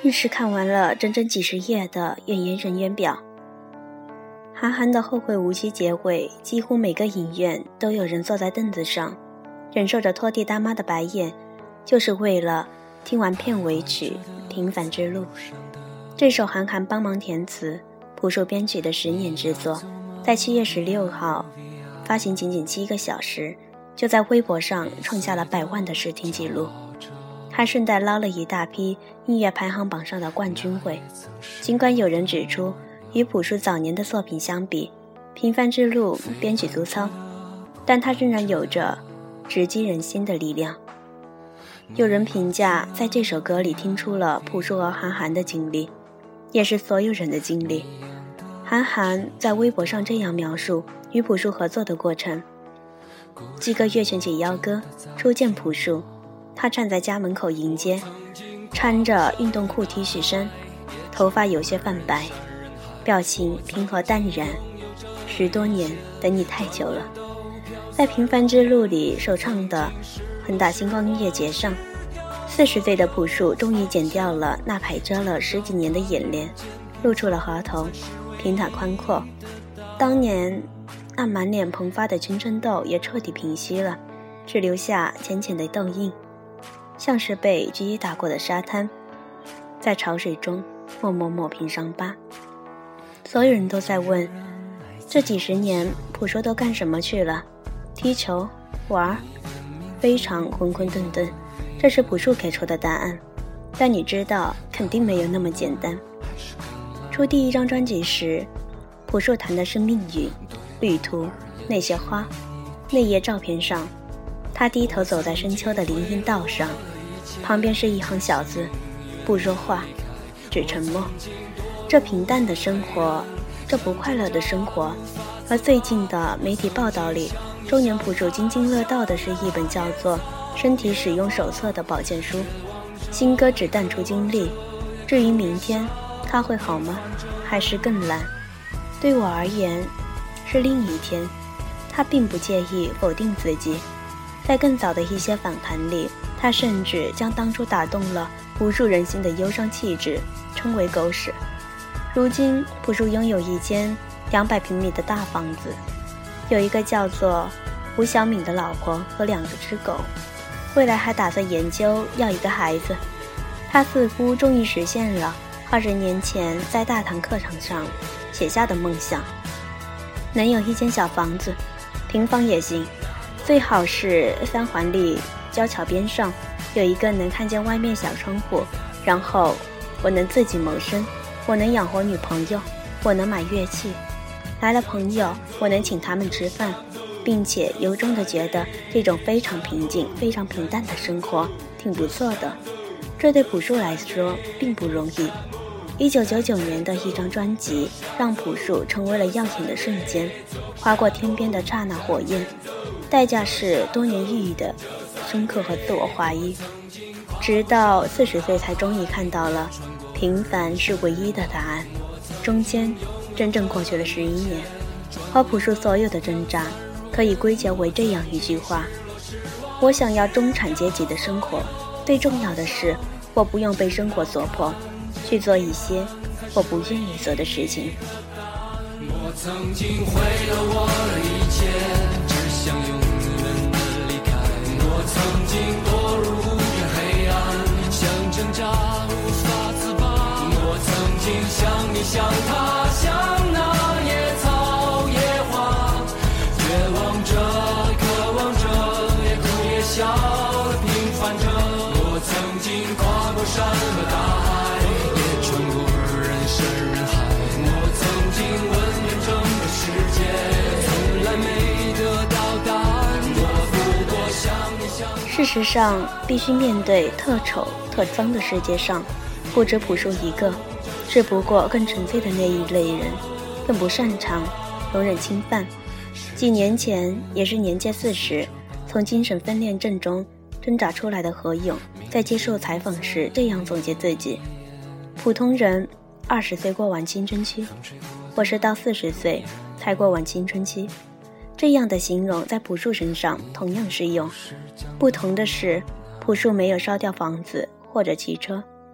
硬是看完了整整几十页的演员人员表。韩寒的后会无期结尾，几乎每个影院都有人坐在凳子上，忍受着拖地大妈的白眼，就是为了听完片尾曲《平凡之路》。这首韩寒帮忙填词、朴树编曲的10年之作，在7月16号发行仅仅7个小时，就在微博上创下了100万的试听记录，还顺带捞了一大批音乐排行榜上的冠军位。尽管有人指出，与朴树早年的作品相比，《平凡之路》编曲粗糙，但它仍然有着直击人心的力量。有人评价，在这首歌里听出了朴树和韩寒的经历，也是所有人的经历。韩寒在微博上这样描述与朴树合作的过程：几个月前起邀歌，初见朴树，他站在家门口迎接，穿着运动裤 T 恤衫，头发有些泛白，表情平和淡然。10多年，等你太久了。在《平凡之路》里首唱的恒大星光音乐节上，40岁的朴树终于剪掉了那排遮了10几年的眼帘，露出了额头，平坦宽阔。当年那满脸膨发的青春痘也彻底平息了，只留下浅浅的痘印，像是被狙击打过的沙滩，在潮水中默默抹平伤疤。所有人都在问，这几十年朴树都干什么去了？踢球、玩，非常浑浑沌沌，这是朴树给出的答案。但你知道，肯定没有那么简单。出第1张专辑时，朴树谈的是命运、旅途，那些花。那页照片上，他低头走在深秋的林荫道上，旁边是一行小字：不说话，只沉默。这平淡的生活，这不快乐的生活。而最近的媒体报道里，中年朴树津津乐道的是一本叫做《身体使用手册》的保健书。新歌只淡出经历，至于明天他会好吗？还是更烂？对我而言，是另一天。他并不介意否定自己。在更早的一些访谈里，他甚至将当初打动了无数人心的忧伤气质称为狗屎。如今朴树拥有一间200平米的大房子，有一个叫做吴小敏的老婆和2只狗，未来还打算研究要一个孩子。他似乎终于实现了20年前在大堂课堂上写下的梦想，能有一间小房子，平房也行，最好是3环里交桥边上有一个能看见外面小窗户，然后我能自己谋生，我能养活女朋友，我能买乐器，来了朋友我能请他们吃饭，并且由衷地觉得这种非常平静非常平淡的生活挺不错的。这对朴树来说并不容易。1999年的一张专辑让朴树成为了耀眼的瞬间，划过天边的刹那火焰，代价是多年抑郁的深刻和自我怀疑。直到40岁才终于看到了平凡是唯一的答案。中间真正过去了11年，而朴树所有的挣扎可以归结为这样一句话：我想要中产阶级的生活，最重要的是我不用被生活所迫，去做一些我不愿意做的事情。 我曾经毁了我的一切，只想永远的离开。我曾经堕入无边黑暗，想挣扎无法自拔。我曾经像你像他像那野草野花，绝望着渴望着，也哭也笑的平凡着。我曾经跨过山和大海，也穿过人山人海。我曾经问遍整个世界，从来没得到答案。我不过像你像事实上，必须面对特丑特脏的世界上不止朴树一个，只不过更纯粹的那一类人更不擅长容忍侵犯。几年前，也是年届40，从精神分裂症中挣扎出来的何勇，在接受采访时这样总结自己：普通人20岁过完青春期，我是到40岁才过完青春期。这样的形容在朴树身上同样适用，不同的是，朴树没有烧掉房子或者汽车，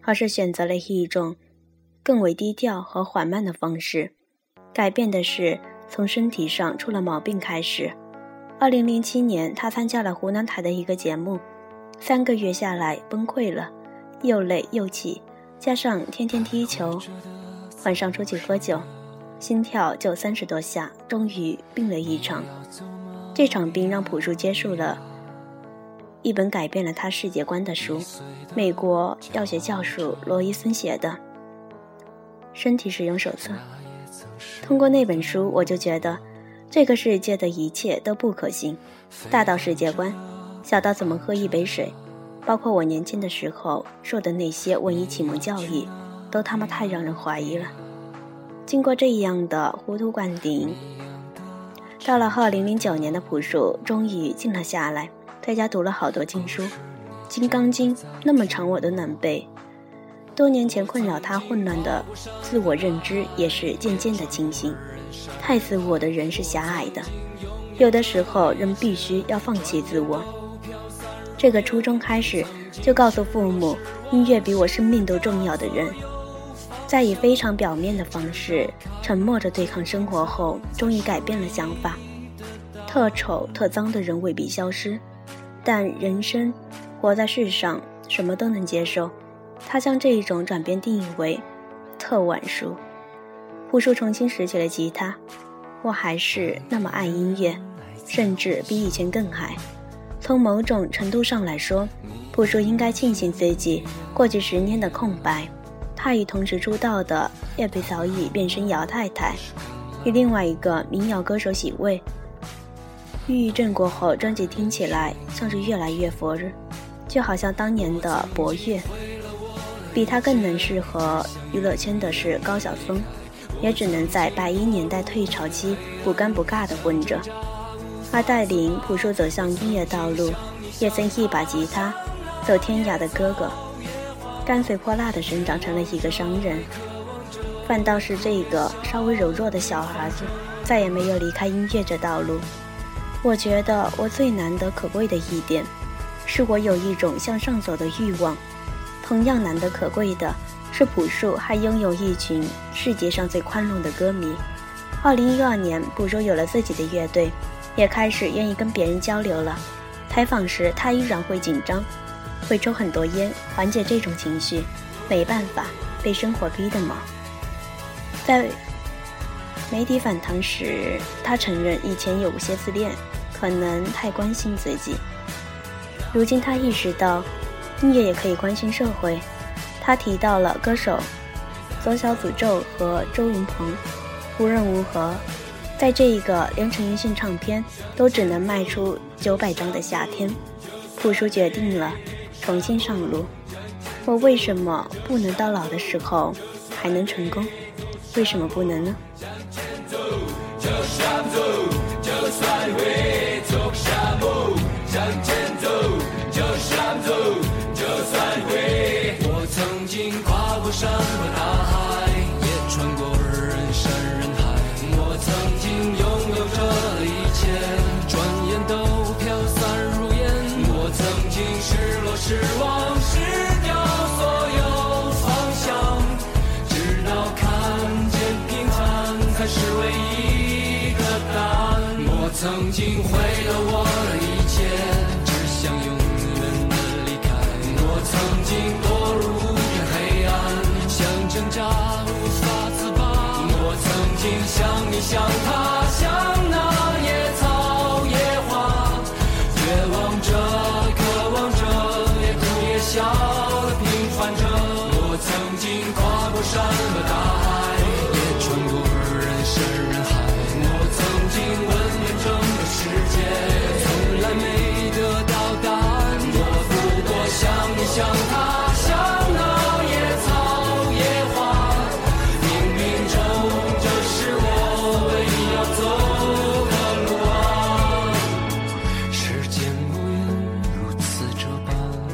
而是选择了一种更为低调和缓慢的方式。改变的是从身体上出了毛病开始。2007年，他参加了湖南台的一个节目，3个月下来崩溃了，又累又气，加上天天踢球，晚上出去喝酒，心跳就30多下，终于病了一场。这场病让朴树接受了一本改变了他世界观的书，美国药学教授罗伊森写的《身体使用手册》。通过那本书，我就觉得这个世界的一切都不可行，大到世界观，小到怎么喝一杯水，包括我年轻的时候受的那些文艺启蒙教育，都他妈太让人怀疑了。经过这样的糊涂灌顶，到了2009年的朴树终于静了下来，在家读了好多经书，《金刚经》那么长我都能背。多年前困扰他混乱的自我认知也是渐渐的清醒。太自我的人是狭隘的，有的时候人必须要放弃自我。这个初中开始就告诉父母，音乐比我生命都重要的人，在以非常表面的方式沉默着对抗生活后，终于改变了想法。特丑特脏的人未必消失，但人生活在世上什么都能接受。他将这一种转变定义为特晚熟。朴树重新拾起了吉他，我还是那么爱音乐，甚至比以前更爱。从某种程度上来说，朴树应该庆幸自己过去10年的空白。他与同时出道的叶佩早已变身姚太太，与另外一个民谣歌手许巍。抑郁症过后，专辑听起来像是越来越佛日，就好像当年的博越。比他更能适合娱乐圈的是高晓松，也只能在81年代退潮期不尴不尬地混着。而带领朴树走向音乐道路，也曾一把吉他走天涯的哥哥，干脆泼辣的生长成了一个商人。反倒是这个稍微柔弱的小孩子，再也没有离开音乐这道路。我觉得我最难得可贵的一点，是我有一种向上走的欲望。同样难得可贵的是，朴树还拥有一群世界上最宽容的歌迷。2012年，朴树有了自己的乐队，也开始愿意跟别人交流了。采访时，他依然会紧张，会抽很多烟缓解这种情绪。没办法，被生活逼的嘛。在媒体访谈时，他承认以前有些自恋，可能太关心自己。如今他意识到音乐也可以关心社会。他提到了歌手左小诅咒和周云鹏。无论如何，在这一个连陈奕迅唱片都只能卖出900张的夏天，朴树决定了重新上路。我为什么不能到老的时候还能成功？为什么不能呢？ 就算会走沙漠，向前走，就上走，就算会。我曾经跨过山和大海，也穿过人山人海。我曾经拥有着一切，转眼都飘散如烟。我曾经失落失望失掉所有方向，直到看见平凡才是唯一的答案。我曾经毁了我的一切，只想永远的离开。我曾经堕入黑暗，想挣扎无法自拔。我曾经像你像他，像那野草野花，绝望着渴望着，也哭也笑的平凡着。我曾经跨过山和大海，也穿过人山人海。我曾经问遍整个世界，从来没得到答案。我不过像你像他，像那野草野花，冥冥中这是我唯一要走的路啊。时间无言如此这般，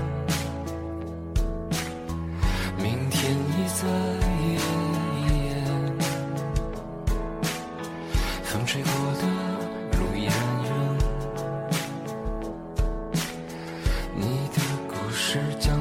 明天已在眼前，风吹过的路蜿蜒，你的故事讲